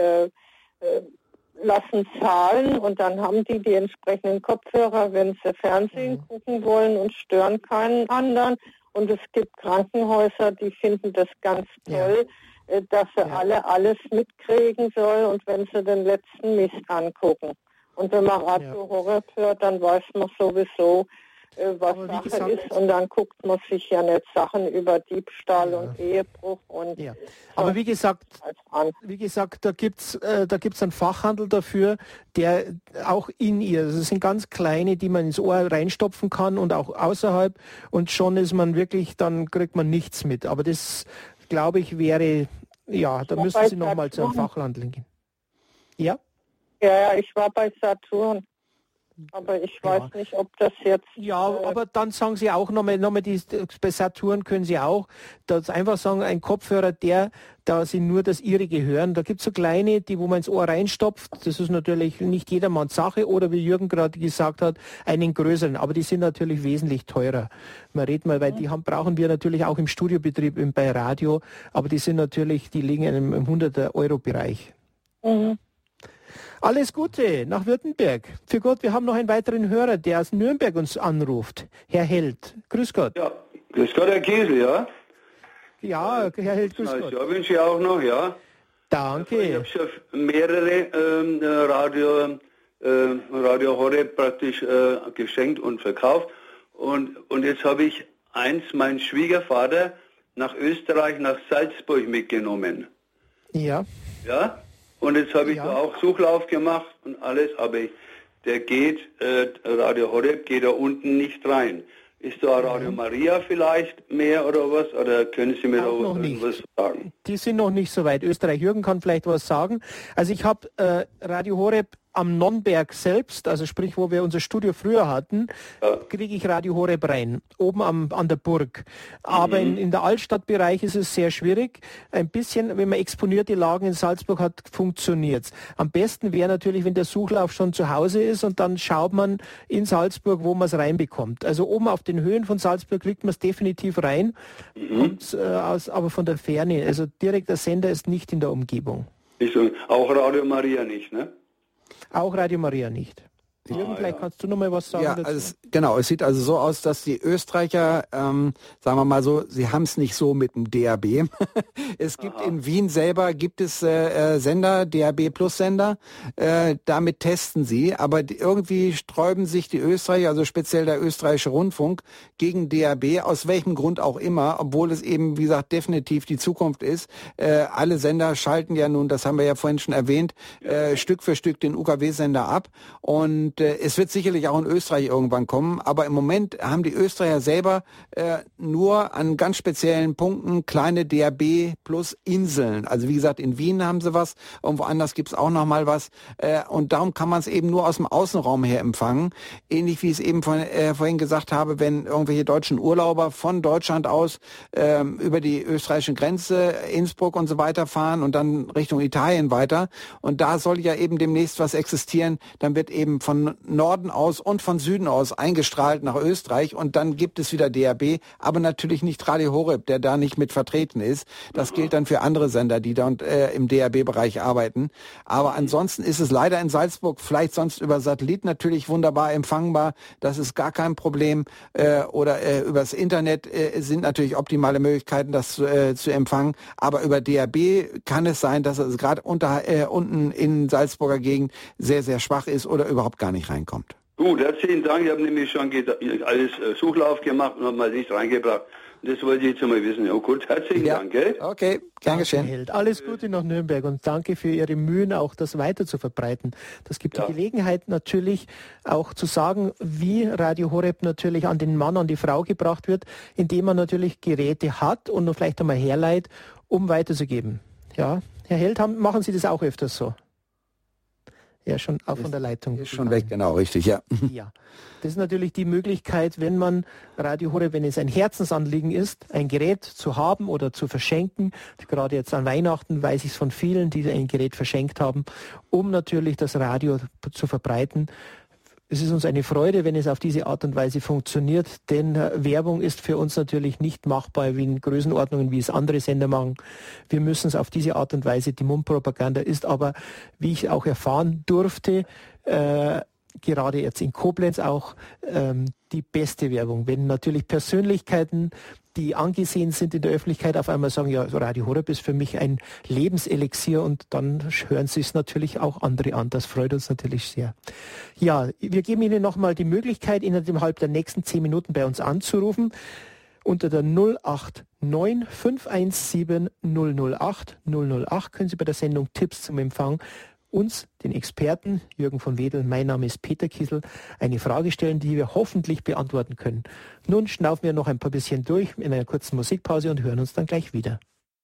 lassen zahlen und dann haben die entsprechenden Kopfhörer, wenn sie Fernsehen gucken wollen und stören keinen anderen. Und es gibt Krankenhäuser, die finden das ganz toll, dass sie alle alles mitkriegen sollen und wenn sie den letzten Mist angucken. Und wenn man Radio Horeb hört, dann weiß man sowieso, was Sache ist. Und dann guckt man sich ja nicht Sachen über Diebstahl und Ehebruch und... Ja. Aber wie gesagt, da gibt's einen Fachhandel dafür, der auch das sind ganz kleine, die man ins Ohr reinstopfen kann und auch außerhalb und schon ist man wirklich, dann kriegt man nichts mit. Aber das, glaube ich, wäre, da müssen Sie nochmal zu einem Fachhandel gehen. Ja? Ja, ich war bei Saturn. Aber ich weiß nicht, ob das jetzt... Ja, aber dann sagen Sie auch nochmal bei Saturn können Sie auch das einfach sagen, ein Kopfhörer, da Sie nur das Ihrige hören. Da gibt es so kleine, wo man ins Ohr reinstopft. Das ist natürlich nicht jedermanns Sache. Oder wie Jürgen gerade gesagt hat, einen größeren. Aber die sind natürlich wesentlich teurer. Man redet mal, weil die brauchen wir natürlich auch im Studiobetrieb bei Radio. Aber die sind natürlich, die liegen im 100er-Euro-Bereich. Mhm. Alles Gute nach Württemberg. Für Gott, wir haben noch einen weiteren Hörer, der aus Nürnberg uns anruft. Herr Held. Grüß Gott. Ja, grüß Gott, Herr Kiesel, ja? Ja, Herr Held, grüß Gott. Ja, wünsche ich auch noch, ja. Danke. Ich habe schon mehrere Radio Horeb praktisch geschenkt und verkauft. Und jetzt habe ich meinen Schwiegervater nach Österreich, nach Salzburg mitgenommen. Ja. Ja? Und jetzt habe ich da auch Suchlauf gemacht und alles, aber der geht, Radio Horeb geht da unten nicht rein. Ist da Radio Maria vielleicht mehr oder was? Oder können Sie mir da was sagen? Die sind noch nicht so weit. Österreich, Jürgen kann vielleicht was sagen. Also ich habe Radio Horeb am Nonnberg selbst, also sprich, wo wir unser Studio früher hatten, kriege ich Radio Horeb rein, oben an der Burg. Aber in der Altstadtbereich ist es sehr schwierig. Ein bisschen, wenn man exponierte Lagen in Salzburg hat, funktioniert's. Am besten wäre natürlich, wenn der Suchlauf schon zu Hause ist und dann schaut man in Salzburg, wo man es reinbekommt. Also oben auf den Höhen von Salzburg kriegt man es definitiv rein, aber von der Ferne. Also direkt der Sender ist nicht in der Umgebung. Auch Radio Maria nicht, ne? Auch Radio Maria nicht. Jürgen, vielleicht kannst du noch mal was sagen dazu? Also, genau, es sieht also so aus, dass die Österreicher, sagen wir mal so, sie haben es nicht so mit dem DAB. Es gibt in Wien selber, gibt es Sender, DAB Plus Sender, damit testen sie, aber irgendwie sträuben sich die Österreicher, also speziell der österreichische Rundfunk, gegen DAB, aus welchem Grund auch immer, obwohl es eben, wie gesagt, definitiv die Zukunft ist. Alle Sender schalten ja nun, das haben wir ja vorhin schon erwähnt, Stück für Stück den UKW-Sender ab und es wird sicherlich auch in Österreich irgendwann kommen, aber im Moment haben die Österreicher selber nur an ganz speziellen Punkten kleine DAB plus Inseln. Also wie gesagt, in Wien haben sie was, irgendwo anders gibt es auch noch mal was und darum kann man es eben nur aus dem Außenraum her empfangen. Ähnlich wie ich es eben vorhin gesagt habe, wenn irgendwelche deutschen Urlauber von Deutschland aus über die österreichische Grenze, Innsbruck und so weiter fahren und dann Richtung Italien weiter und da soll ja eben demnächst was existieren, dann wird eben von von Norden aus und von Süden aus eingestrahlt nach Österreich und dann gibt es wieder DAB, aber natürlich nicht Radio Horeb, der da nicht mit vertreten ist. Das gilt dann für andere Sender, die da im DAB-Bereich arbeiten. Aber ansonsten ist es leider in Salzburg vielleicht sonst über Satellit natürlich wunderbar empfangbar. Das ist gar kein Problem. Oder übers Internet sind natürlich optimale Möglichkeiten, das zu empfangen. Aber über DAB kann es sein, dass es gerade unten in Salzburger Gegend sehr, sehr schwach ist oder überhaupt gar nicht reinkommt. Gut, herzlichen Dank. Ich habe nämlich schon alles Suchlauf gemacht und habe mal nicht reingebracht. Das wollte ich jetzt mal wissen. Ja gut, herzlichen Dank. Gell? Okay, gern geschehen. Alles Gute nach Nürnberg und danke für Ihre Mühen, auch das weiter zu verbreiten. Das gibt die Gelegenheit natürlich auch zu sagen, wie Radio Horeb natürlich an den Mann, an die Frau gebracht wird, indem man natürlich Geräte hat und vielleicht einmal herleiht, um weiterzugeben. Ja, Herr Held, machen Sie das auch öfters so? Ja, schon auch von der Leitung. Ist schon weg, genau, richtig, ja. Ja, das ist natürlich die Möglichkeit, wenn man Radio Horeb, wenn es ein Herzensanliegen ist, ein Gerät zu haben oder zu verschenken. Gerade jetzt an Weihnachten weiß ich es von vielen, die ein Gerät verschenkt haben, um natürlich das Radio zu verbreiten. Es ist uns eine Freude, wenn es auf diese Art und Weise funktioniert, denn Werbung ist für uns natürlich nicht machbar wie in Größenordnungen, wie es andere Sender machen. Wir müssen es auf diese Art und Weise, die Mundpropaganda ist aber, wie ich auch erfahren durfte, gerade jetzt in Koblenz auch die beste Werbung. Wenn natürlich Persönlichkeiten, die angesehen sind in der Öffentlichkeit, auf einmal sagen, ja, Radio Horeb ist für mich ein Lebenselixier und dann hören sich es natürlich auch andere an. Das freut uns natürlich sehr. Ja, wir geben Ihnen nochmal die Möglichkeit, innerhalb der nächsten 10 Minuten bei uns anzurufen. Unter der 089 517 008 008 können Sie bei der Sendung Tipps zum Empfang uns, den Experten Jürgen von Wedel, mein Name ist Peter Kissel, eine Frage stellen, die wir hoffentlich beantworten können. Nun schnaufen wir noch ein paar bisschen durch in einer kurzen Musikpause und hören uns dann gleich wieder.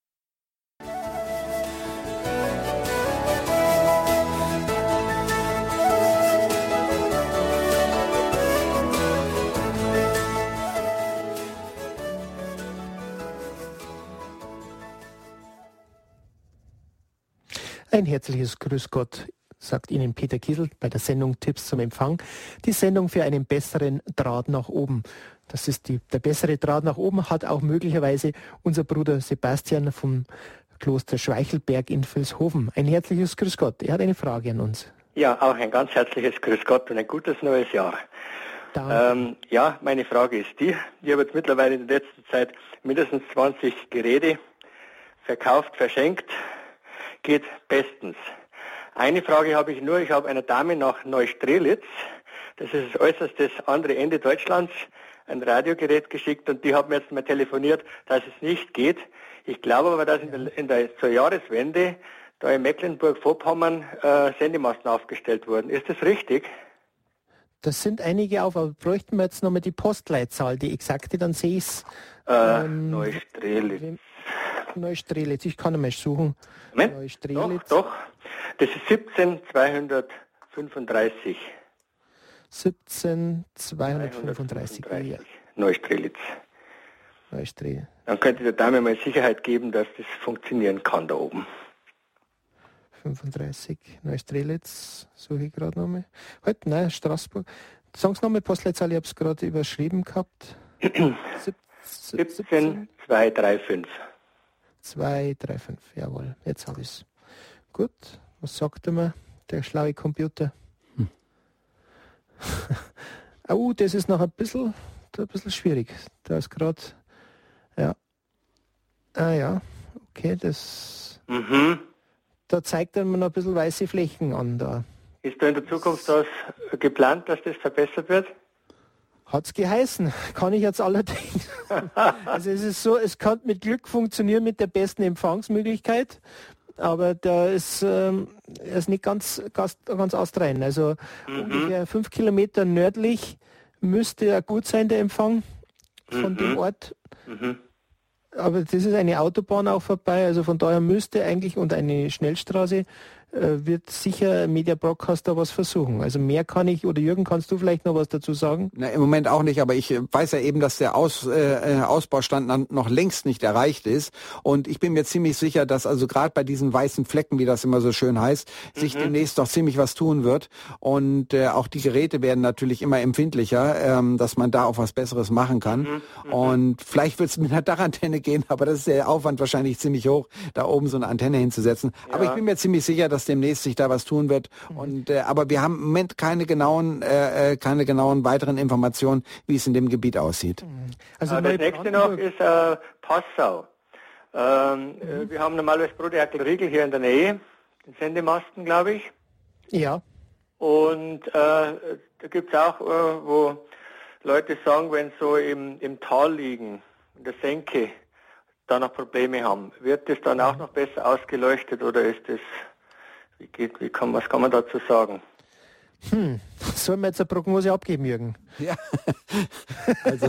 Ein herzliches Grüß Gott, sagt Ihnen Peter Kissel bei der Sendung Tipps zum Empfang. Die Sendung für einen besseren Draht nach oben. Das ist der bessere Draht nach oben, hat auch möglicherweise unser Bruder Sebastian vom Kloster Schweichelberg in Vilshofen. Ein herzliches Grüß Gott. Er hat eine Frage an uns. Ja, auch ein ganz herzliches Grüß Gott und ein gutes neues Jahr. Ja, meine Frage ist die, ich habe jetzt mittlerweile in der letzten Zeit mindestens 20 Geräte verkauft, verschenkt. Geht bestens. Eine Frage habe ich nur, ich habe einer Dame nach Neustrelitz, das ist das äußerste andere Ende Deutschlands, ein Radiogerät geschickt und die hat mir jetzt mal telefoniert, dass es nicht geht. Ich glaube aber, dass zur Jahreswende da in Mecklenburg-Vorpommern Sendemasten aufgestellt wurden. Ist das richtig? Das sind einige auf, aber bräuchten wir jetzt nochmal die Postleitzahl, die exakte, dann sehe ich es. Neustrelitz, ich kann einmal suchen. Moment, Neustrelitz. Doch, das ist 17235. 17235. Ja. Neustrelitz. Dann könnte der Dame mal Sicherheit geben, dass das funktionieren kann da oben. 35, Neustrelitz, suche ich gerade nochmal. Halt, nein, Straßburg. Sagen Sie nochmal Postleitzahl, ich habe es gerade überschrieben gehabt. 17235. 235, jawohl, jetzt habe ich es. Gut, was sagt er mir, der schlaue Computer? Das ist noch ein bisschen schwierig. Da ist gerade, ja. Ja, okay, das... Da zeigt er mir noch ein bisschen weiße Flächen an. Da. Ist da in der Zukunft das geplant, dass das verbessert wird? Hat's geheißen. Kann ich jetzt allerdings. Also es ist so, es kann mit Glück funktionieren mit der besten Empfangsmöglichkeit, aber er ist nicht ganz astrein. Also ungefähr 5 Kilometer nördlich müsste er gut sein, der Empfang von dem Ort. Aber das ist eine Autobahn auch vorbei, also von daher müsste eigentlich und eine Schnellstraße wird sicher Media Broadcast da was versuchen. Also mehr kann ich, oder Jürgen, kannst du vielleicht noch was dazu sagen? Na, im Moment auch nicht, aber ich weiß ja eben, dass der Ausbaustand noch längst nicht erreicht ist. Und ich bin mir ziemlich sicher, dass also gerade bei diesen weißen Flecken, wie das immer so schön heißt, sich demnächst noch ziemlich was tun wird. Und auch die Geräte werden natürlich immer empfindlicher, dass man da auch was Besseres machen kann. Und vielleicht wird es mit einer Dachantenne gehen, aber das ist der Aufwand wahrscheinlich ziemlich hoch, da oben so eine Antenne hinzusetzen. Ja. Aber ich bin mir ziemlich sicher, dass demnächst sich da was tun wird. Und aber wir haben im Moment keine genauen weiteren Informationen, wie es in dem Gebiet aussieht. Also das nächste noch ist Passau. Wir haben normales Broderkel Riegel hier in der Nähe, den Sendemasten, glaube ich. Ja. Und da gibt es auch, wo Leute sagen, wenn so im Tal liegen, in der Senke, da noch Probleme haben. Wird das dann auch noch besser ausgeleuchtet oder ist das, was kann man dazu sagen? Sollen wir jetzt eine Prognose abgeben, Jürgen? Ja. Also,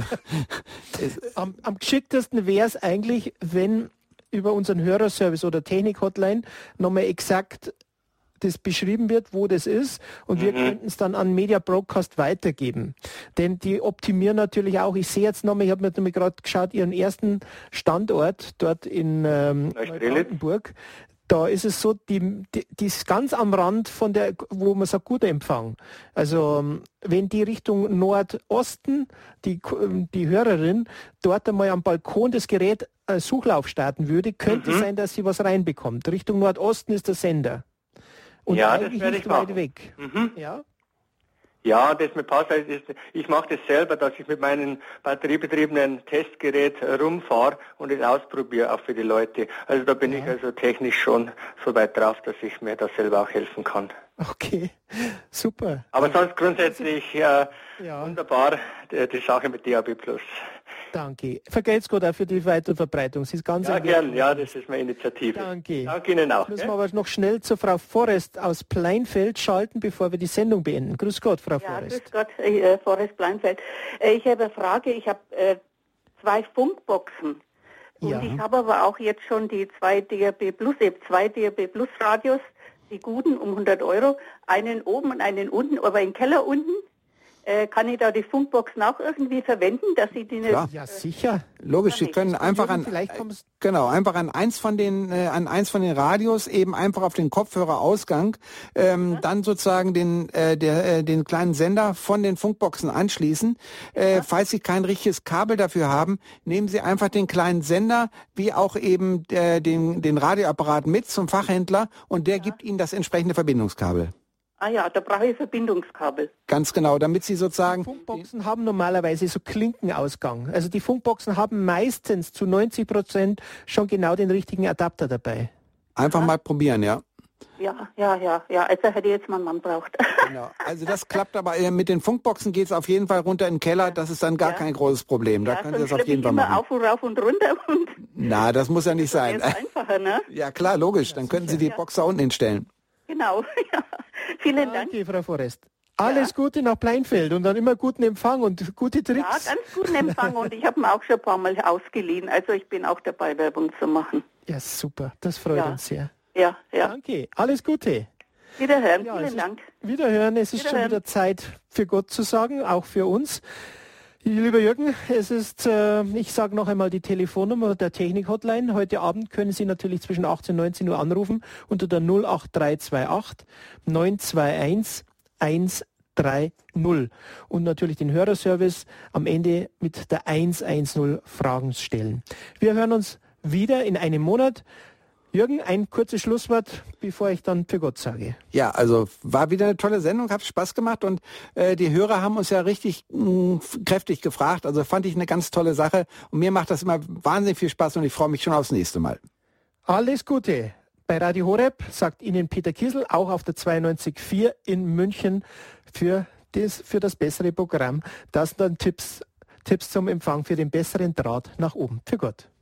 am geschicktesten wäre es eigentlich, wenn über unseren Hörerservice oder Technik-Hotline nochmal exakt das beschrieben wird, wo das ist, und wir könnten es dann an Media Broadcast weitergeben. Denn die optimieren natürlich auch, ich sehe jetzt nochmal, ich habe mir gerade geschaut, ihren ersten Standort dort in Neubrandenburg. Da ist es so, die ist ganz am Rand von der, wo man sagt, guter Empfang. Also wenn die Richtung Nordosten, die Hörerin, dort einmal am Balkon das Gerät Suchlauf starten würde, könnte sein, dass sie was reinbekommt. Richtung Nordosten ist der Sender. Und ja, eigentlich das werde nicht ich machen. weit weg. Ja? Ja, das mit Passau ist, ich mache das selber, dass ich mit meinem batteriebetriebenen Testgerät rumfahre und es ausprobiere, auch für die Leute. Also da bin ich also technisch schon so weit drauf, dass ich mir da selber auch helfen kann. Okay, super. Aber sonst grundsätzlich wunderbar, die Sache mit DAB+. Danke. Vergelt's Gott auch für die Weiterverbreitung. Sie ist ganz gern. Ja, das ist meine Initiative. Danke. Danke Ihnen auch. Müssen wir aber noch schnell zur Frau Forrest aus Pleinfeld schalten, bevor wir die Sendung beenden. Grüß Gott, Frau Forrest. Grüß Gott, Forrest Pleinfeld. Ich habe eine Frage. Ich habe 2 Funkboxen. Und ich habe aber auch jetzt schon die 2 DAB+, zwei DAB+ Radios, die guten, um 100 €, einen oben und einen unten, aber im Keller unten. Kann ich da die Funkboxen auch irgendwie verwenden, dass Sie die nicht... Ja, sicher. Logisch, Sie können einfach an eins von den Radios eben einfach auf den Kopfhörerausgang dann sozusagen den kleinen Sender von den Funkboxen anschließen. Falls Sie kein richtiges Kabel dafür haben, nehmen Sie einfach den kleinen Sender wie auch eben den Radioapparat mit zum Fachhändler und der gibt Ihnen das entsprechende Verbindungskabel. Ah ja, da brauche ich Verbindungskabel. Ganz genau, damit Sie sozusagen... Die Funkboxen haben normalerweise so Klinkenausgang. Also die Funkboxen haben meistens zu 90% schon genau den richtigen Adapter dabei. Einfach mal probieren, ja. Ja. Also hätte ich jetzt meinen Mann braucht. Genau. Also das klappt aber, mit den Funkboxen geht es auf jeden Fall runter in den Keller. Das ist dann gar kein großes Problem. Da können Sie das auf jeden Fall machen. Auf und rauf und runter. Na, das muss ja nicht sein. Das ist einfacher, ne? Ja klar, logisch. Dann könnten Sie die Box da unten hinstellen. Genau, ja. Vielen Dank. Danke, Frau Forrest. Alles Gute nach Pleinfeld und dann immer guten Empfang und gute Tricks. Ja, ganz guten Empfang und ich habe ihn auch schon ein paar Mal ausgeliehen. Also ich bin auch dabei, Werbung zu machen. Ja, super. Das freut uns sehr. Ja. Danke. Alles Gute. Wiederhören. Vielen Dank. Wiederhören. Es ist schon wieder Zeit für Gott zu sagen, auch für uns. Lieber Jürgen, es ist, ich sage noch einmal die Telefonnummer der Technik-Hotline. Heute Abend können Sie natürlich zwischen 18 und 19 Uhr anrufen unter der 08328 921 130 und natürlich den Hörerservice am Ende mit der 110 Fragen stellen. Wir hören uns wieder in einem Monat. Jürgen, ein kurzes Schlusswort, bevor ich dann für Gott sage. Ja, also war wieder eine tolle Sendung, hat Spaß gemacht und die Hörer haben uns ja richtig kräftig gefragt. Also fand ich eine ganz tolle Sache und mir macht das immer wahnsinnig viel Spaß und ich freue mich schon aufs nächste Mal. Alles Gute. Bei Radio Horeb sagt Ihnen Peter Kissel, auch auf der 92.4 in München für das bessere Programm. Das sind dann Tipps zum Empfang für den besseren Draht nach oben. Für Gott.